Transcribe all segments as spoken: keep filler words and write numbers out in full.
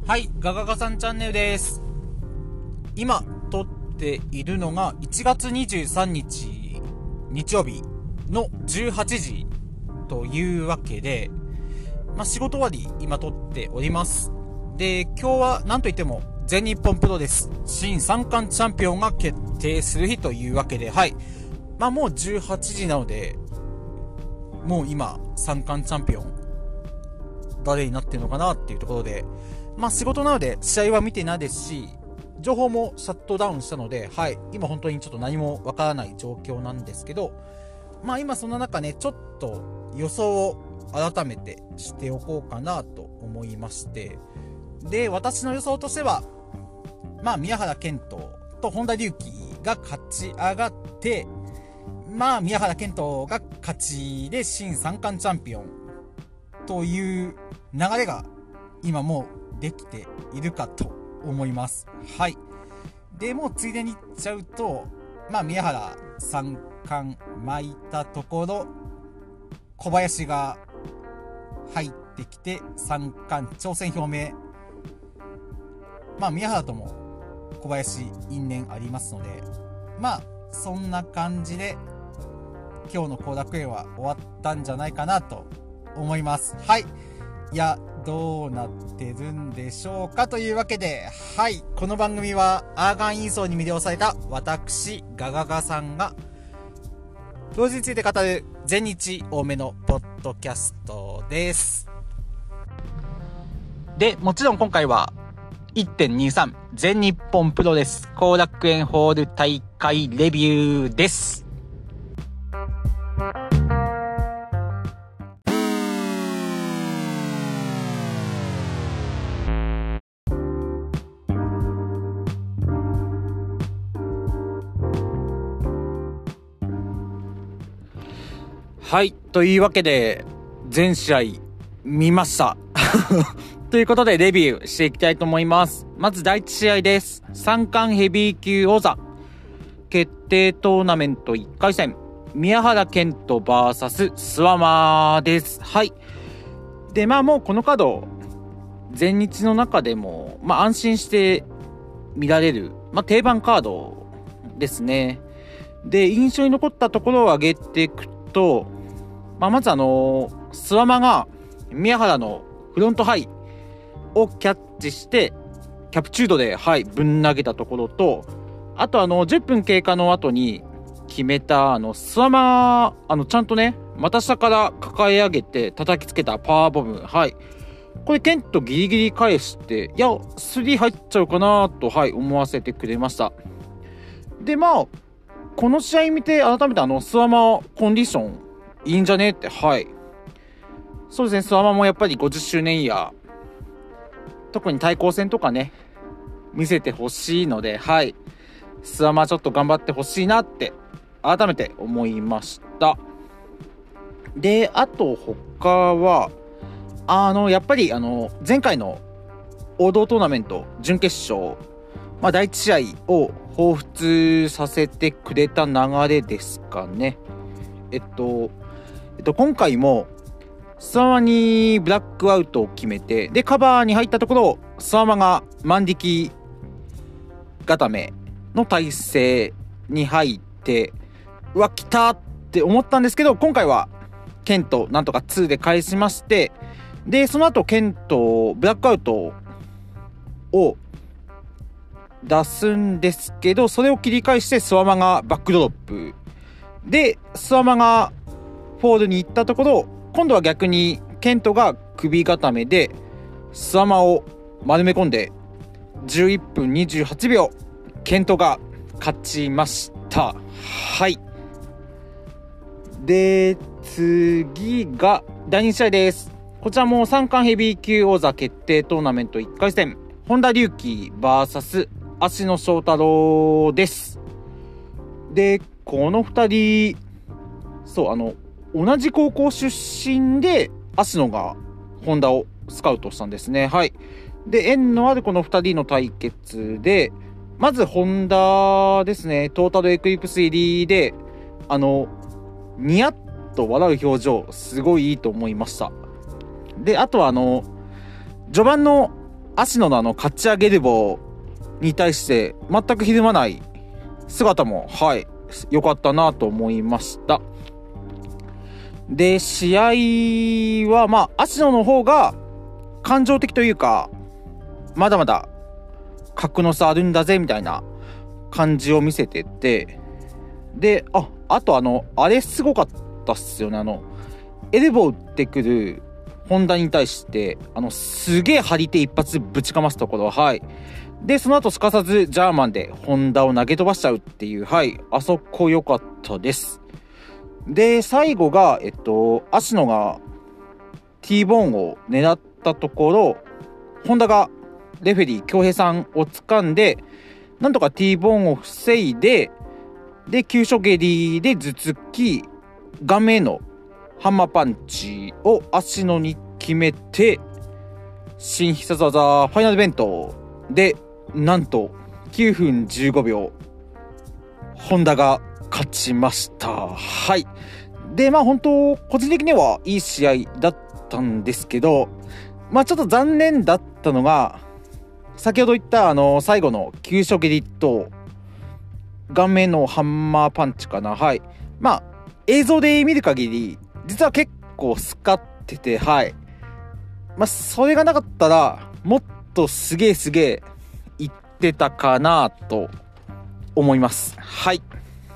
はい、ガガガさんチャンネルです。今撮っているのがいちがつにじゅうさんにち日曜日のじゅうはちじというわけで、まあ、仕事終わり今撮っております。で、今日は何といっても全日本プロレス新三冠チャンピオンが決定する日というわけで、はい、まあもうじゅうはちじなので、もう今三冠チャンピオン誰になってるのかなっていうところで、まあ仕事なので試合は見てないですし、情報もシャットダウンしたので、はい、今本当にちょっと何もわからない状況なんですけど、まあ今そんな中ね、ちょっと予想を改めてしておこうかなと思いまして、で、私の予想としては、まあ宮原健人と本田隆起が勝ち上がって、まあ宮原健人が勝ちで新三冠チャンピオンという流れが今もうできているかと思います。はい。でもうついでに言っちゃうと、まあ宮原三冠巻いたところ、小林が入ってきて三冠挑戦表明。まあ宮原とも小林因縁ありますので、まあそんな感じで今日の後楽園は終わったんじゃないかなと思います。はい。いや、どうなってるんでしょうかというわけで、はい。この番組はアーガンインソーに魅了された私、ガガガさんが、プロレスについて語る全日多めのポッドキャストです。で、もちろん今回は いってんにさん 全日本プロレス後楽園ホール大会レビューです。はい。というわけで、全試合見ました。ということで、レビューしていきたいと思います。まずだいいち試合です。三冠ヘビー級王座決定トーナメントいっかい戦。宮原健人 ブイエス 諏訪間です。はい。で、まあもうこのカード、全日の中でも、まあ安心して見られる、まあ定番カードですね。で、印象に残ったところを挙げていくと、まあ、まずあのー、諏訪間が宮原のフロントハイをキャッチしてキャプチュードで、はい、ぶん投げたところと、あとあのじゅっぷん経過の後に決めたあの諏訪間あのちゃんとね股下から抱え上げて叩きつけたパワーボム、はい、これケントギリギリ返して、いやスリー入っちゃうかなと、はい、思わせてくれました。で、まあこの試合見て改めてあの諏訪間コンディションいいんじゃねって、はい。そうですね、諏訪間もやっぱりごじゅっしゅうねんイヤー、特に対抗戦とかね、見せてほしいので、はい。諏訪間ちょっと頑張ってほしいなって、改めて思いました。で、あと他は、あの、やっぱりあの、前回の王道トーナメント準決勝、まあ、だいいち試合を彷彿させてくれた流れですかね。えっと、えっと、今回も諏訪間にブラックアウトを決めて、でカバーに入ったところ諏訪間が万力固めの体勢に入って、うわ来たって思ったんですけど、今回はケントなんとかにで返しまして、でその後ケントブラックアウトを出すんですけど、それを切り返して諏訪間がバックドロップで諏訪間がフォールに行ったところ、今度は逆にケントが首固めで諏訪間を丸め込んでじゅういっぷんにじゅうはちびょうケントが勝ちました。はい。で次がだいに試合です。こちらも三冠ヘビー級王座決定トーナメントいっかい戦、本田隆起 ブイエス 芦野翔太郎です。でこのふたり、そうあの同じ高校出身で芦野が本田をスカウトしたんですね。はい。で縁のあるこのふたりの対決で、まず本田ですね、トータルエクリプス入りであのニヤッと笑う表情すごいいいと思いました。であとはあの序盤の芦野のあの、かち上げレボに対して全くひるまない姿も、はい、良かったなと思いました。で、試合は、まあ、芦野の方が感情的というか、まだまだ格の差あるんだぜみたいな感じを見せてて、で、あ、あとあの、あれすごかったっすよね。あの、エルボー打ってくる本田に対して、あの、すげえ張り手一発ぶちかますところ、はい。で、その後すかさずジャーマンで本田を投げ飛ばしちゃうっていう、はい。あそこ良かったです。で、最後が、えっと、芦野が T ボーンを狙ったところ、本田がレフェリー京平さんを掴んで、なんとか T ボーンを防いで、で、急所蹴りで頭突き、顔面へのハンマーパンチを芦野に決めて、新必殺技ファイナルベントで、なんときゅうふんじゅうごびょう、本田が勝ちました。はい。で、まあ本当、個人的にはいい試合だったんですけど、まあちょっと残念だったのが、先ほど言ったあの、最後の急所蹴りと、顔面のハンマーパンチかな。はい。まあ、映像で見る限り、実は結構スカってて、はい。まあ、それがなかったら、もっとすげえすげえ言ってたかなと思います。はい。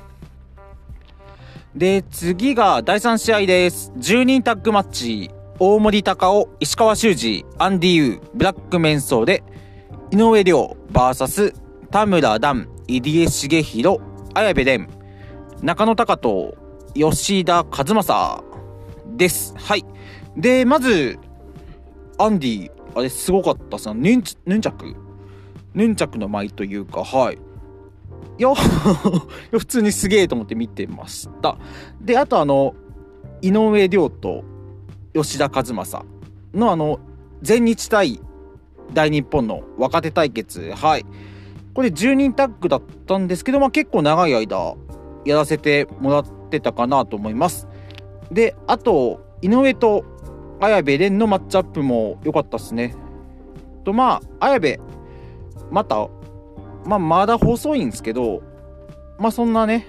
で、次がだいさん試合です。じゅうにんタッグマッチ。大森隆夫、石川修司、アンディ・ユー、ブラックメンソーで、井上涼 ブイエス 田村段、入江茂弘、綾部蓮、中野隆人、吉田和正です。はい。で、まず、アンディ、あれすごかったさ、ヌンチャクヌンチャクの舞というか、はい。いや、普通にすげえと思って見てました。で、あとあの、井上涼と吉田和正のあの、全日対大日本の若手対決、はい。これじゅうにんタッグだったんですけど、まあ結構長い間やらせてもらってたかなと思います。で、あと、井上と綾部蓮のマッチアップも良かったですね。と、まあ、綾部、また、まあ、まだ細いんですけど、まあそんなね、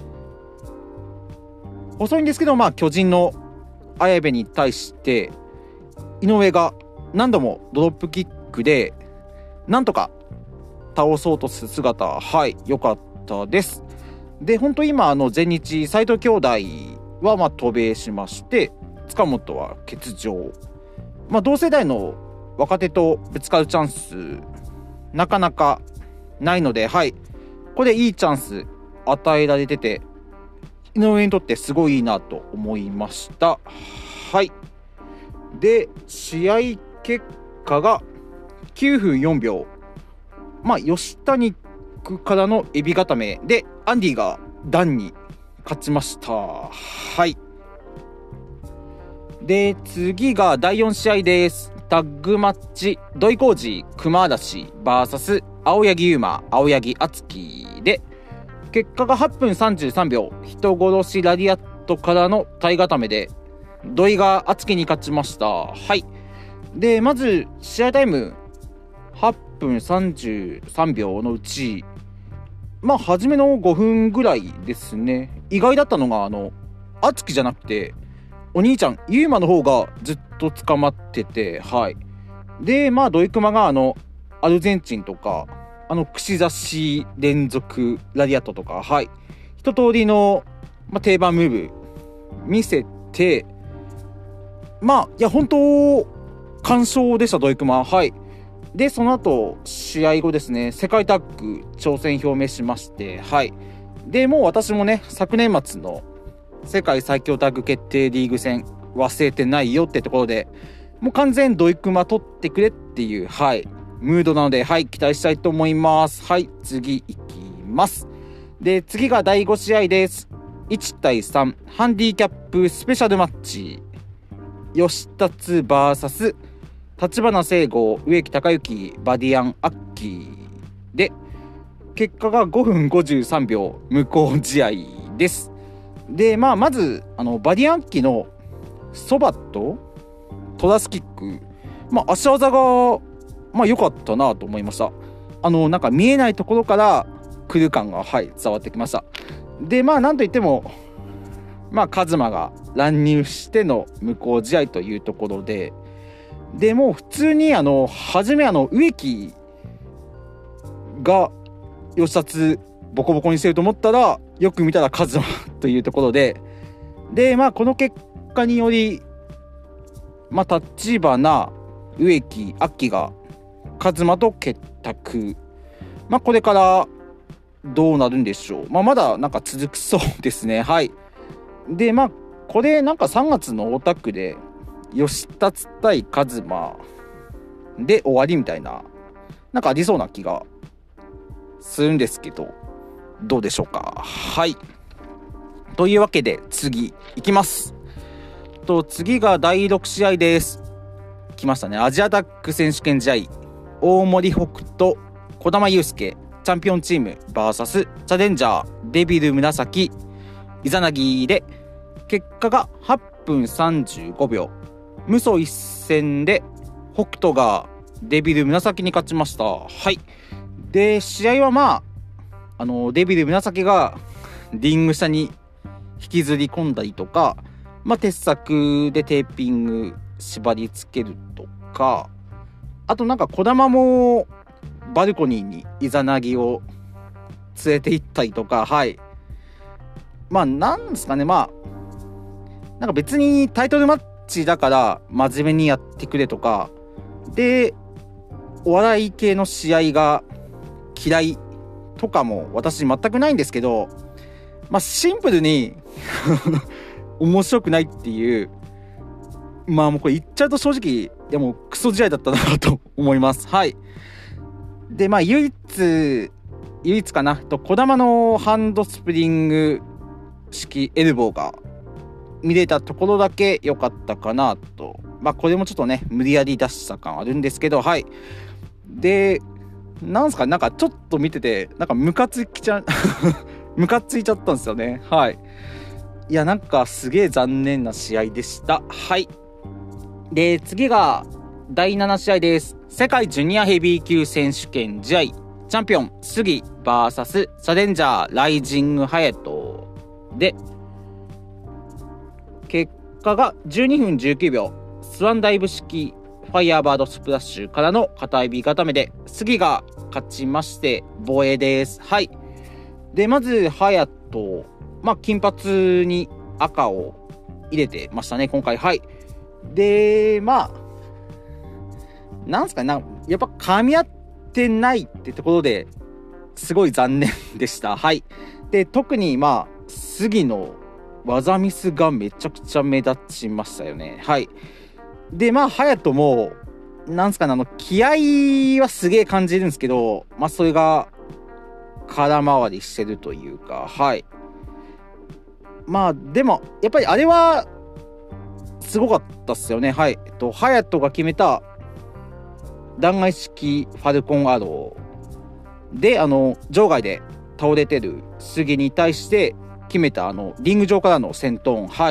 細いんですけど、まあ巨人の綾部に対して、井上が何度もドロップキックで、なんとか倒そうとする姿、はい、良かったです。で、本当今、あの、全日、斎藤兄弟は、まあ、渡米しまして、塚本は欠場。まあ、同世代の若手とぶつかるチャンス、なかなかないので、はい、これいいチャンス与えられてて、井上にとってすごいいいなと思いました。はい。で、試合結果がきゅうふんよんびょう。まあ、吉谷からのエビ固めで、アンディがダンに勝ちました。はい。で、次がだいよん試合です。タッグマッチ、土井浩二、熊嵐 ブイエス 青柳優馬、青柳敦樹で、結果がはっぷんさんじゅうさんびょう、人殺しラディアットからの体固めで、土井が敦樹に勝ちました。はい。で、まず、試合タイム、はっぷんさんじゅうさんびょうのうち、まあ、初めのごふんぐらいですね。意外だったのが、あの、敦樹じゃなくて、お兄ちゃん、ユーマの方がずっと捕まってて、はい。で、まあ、土井熊が、あの、アルゼンチンとか、あの、串刺し連続ラディアットとか、はい。一通りの、まあ、定番ムーブ見せて、まあ、いや、本当、完勝でした、土井熊。はい。で、その後、試合後ですね、世界タッグ挑戦表明しまして、はい。で、もう私もね、昨年末の世界最強タッグ決定リーグ戦忘れてないよってところで、もう完全ドイクマ取ってくれっていう、はい、ムードなので、はい、期待したいと思います。はい、次いきます。で、次がだいご試合です。いちたいさん、ハンディキャップスペシャルマッチ。吉達 ブイエス立花聖吾、植木隆之、バディアン・アッキーで、結果がごふんごじゅうさんびょう、無効試合です。で、まあ、まず、あの、バディアン・アッキーのそばとトラスキック、まあ、足技がまあ良かったなと思いました。あの、なんか見えないところから来る感が、はい、伝わってきました。で、まあなんといっても、まあカズマが乱入しての無効試合というところで、でもう普通にあの、初めあの、植木が吉達ボコボコにしてると思ったら、よく見たらカズマというところで、で、まあこの結果により、まあ立花、植木、アッキがカズマと結託。まあこれからどうなるんでしょう。まあまだなんか続くそうですね。はい。で、まあこれなんかさんがつの大田区で吉達対カズマで終わりみたいな、なんかありそうな気がするんですけど、どうでしょうか。はい。というわけで次いきます。と次がだいろく試合です。来ましたね。アジアタック選手権試合、大森北斗、児玉悠介チャンピオンチーム ブイエス チャレンジャーデビル紫イザナギで、結果がはっぷんさんじゅうごびょう、無双一戦で北斗がデビル紫に勝ちました。はい。で試合はまああのデビル紫がリング下に引きずり込んだりとか、まあ、鉄柵でテーピング縛り付けるとか、あとなんか児玉もバルコニーにイザナギを連れて行ったりとか、はい。まあなんですかね、まあなんか別にタイトルマッチだから真面目にやってくれとかで、お笑い系の試合が嫌いとかも私全くないんですけど、まあシンプルに面白くないっていう、まあもうこれ言っちゃうと正直いやもうクソ試合だったなと思います。はい。でまあ唯一唯一かなと児玉のハンドスプリング式エルボーが見れたところだけ良かったかなと。まあこれもちょっとね無理やり出した感あるんですけど、はい。でなんすかなんかちょっと見ててなんかムカつきちゃうムカついちゃったんですよね。はい。いやなんかすげえ残念な試合でした。はい。で次がだいなな試合です。世界ジュニアヘビー級選手権試合、チャンピオン杉 ブイエス チャレンジャーライジングハヤトで、結果がじゅうにふんじゅうきゅうびょう、スワンダイブ式ファイヤーバードスプラッシュからの片指固めで杉が勝ちまして防衛です。はい。でまずハヤト、まあ金髪に赤を入れてましたね今回。はい。でまあなんすかね、なやっぱ噛み合ってないってところですごい残念でした。はい。で特にまあ杉の技ミスがめちゃくちゃ目立ちましたよね。はい。でまあ隼人もなんすかね、あの気合はすげえ感じるんですけど、まあそれが空回りしてるというか、はい。まあでもやっぱりあれはすごかったっすよね。はい。えっと隼人が決めた弾劾式ファルコンアローで、あの場外で倒れてる杉に対して決めたあのリング上からの戦闘。はい。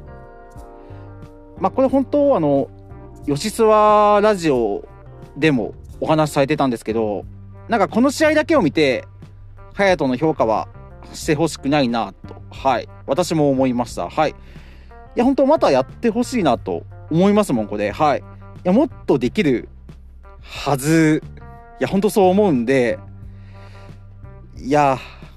まあこれ本当あの吉諏訪ラジオでもお話しされてたんですけど、なんかこの試合だけを見て隼人の評価はしてほしくないなと、はい、私も思いました。はい。いや本当またやってほしいなと思いますもんこれ。はい。いやもっとできるはず。いや本当そう思うんで、いや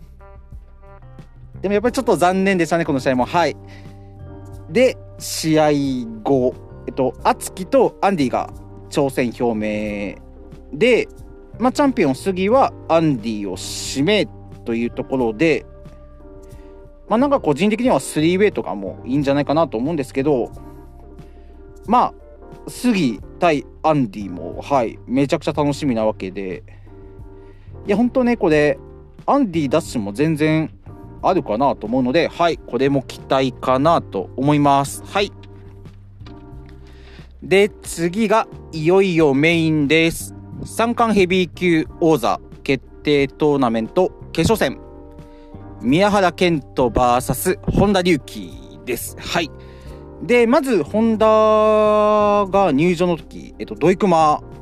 でもやっぱりちょっと残念でしたねこの試合も。はい。で試合後、えっと敦貴とアンディが挑戦表明で、まあチャンピオン杉はアンディを指名というところで、まあなんか個人的にはスリーウェイとかもいいんじゃないかなと思うんですけど、まあ杉対アンディも、はい、めちゃくちゃ楽しみなわけで、いや本当ねこれアンディダッシュも全然あるかなと思うので、はい、これも期待かなと思います。はい。で次がいよいよメインです。三冠ヘビー級王座決定トーナメント決勝戦、宮原健人 ブイエス 本田隆起です。はい。でまず本田が入場の時、えっと、土井熊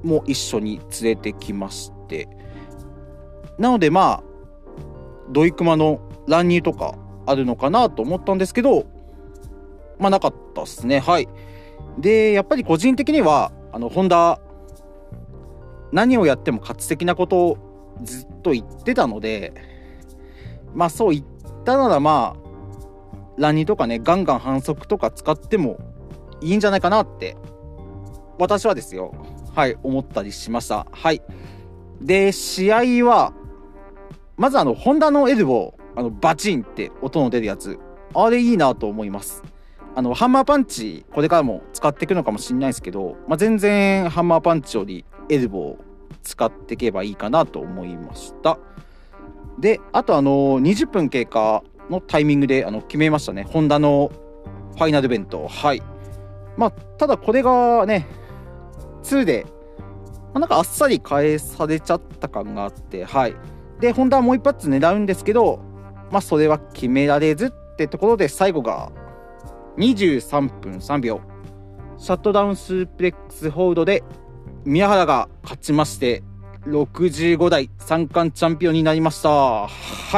も一緒に連れてきまして、なのでまあ土井熊の乱入とかあるのかなと思ったんですけど、まあなかったですね。はい。でやっぱり個人的にはあのホンダ何をやっても勝つ的なことをずっと言ってたので、まあそう言ったならまあ乱入とかねガンガン反則とか使ってもいいんじゃないかなって私はですよ、はい思ったりしました。はい。で試合はまずあのホンダのエルボー、あのバチンって音の出るやつ、あれいいなと思います。あのハンマーパンチこれからも使っていくのかもしれないですけど、まあ、全然ハンマーパンチよりエルボー使っていけばいいかなと思いました。であとあのにじゅっぷん経過のタイミングであの決めましたね、ホンダのファイナルベント。はい。まあただこれがねにで、まあ、なんかあっさり返されちゃった感があって、はい。でホンダはもう一発狙うんですけど、まあそれは決められずってところで、最後がにじゅうさんぷんさんびょうシャットダウンスープレックスホールドで宮原が勝ちまして、ろくじゅうごだい三冠チャンピオンになりました。はい。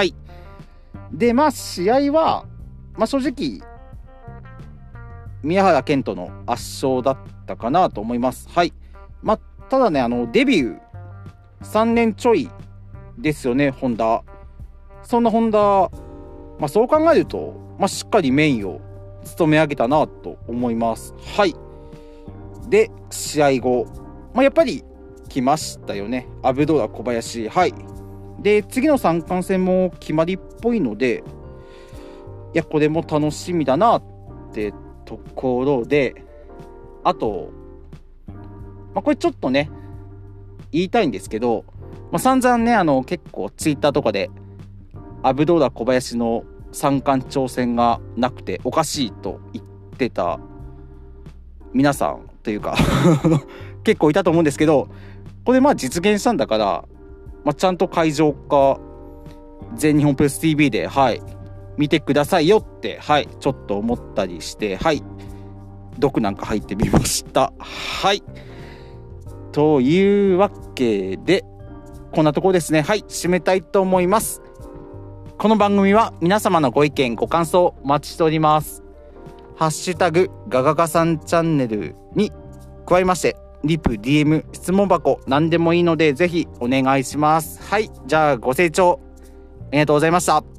でまあ試合は、まあ、正直宮原健人の圧勝だったかなと思います。はい。まあただね、あのデビューさんねんちょいですよね、ホンダ。そんなホンダ、まあ、そう考えると、まあ、しっかりメインを務め上げたなと思います。はい。で試合後、まあ、やっぱり来ましたよね、アブドラ小林。はい。で次の三冠戦も決まりっぽいので、いやこれも楽しみだなってところで、あと、まあ、これちょっとね言いたいんですけど、まあ、散々ねあの結構ツイッターとかでアブドーラ小林の三冠挑戦がなくておかしいと言ってた皆さんというか結構いたと思うんですけど、これまあ実現したんだから、まあ、ちゃんと会場か全日本プロレス ティーブイ ではい見てくださいよってはいちょっと思ったりして、はい毒なんか入ってみました。はいというわけでこんなところですね。はい締めたいと思います。この番組は皆様のご意見ご感想お待ちしております。ハッシュタグガガガさんチャンネルに加えまして、リプ ディーエム 質問箱何でもいいのでぜひお願いします。はいじゃあご清聴ありがとうございました。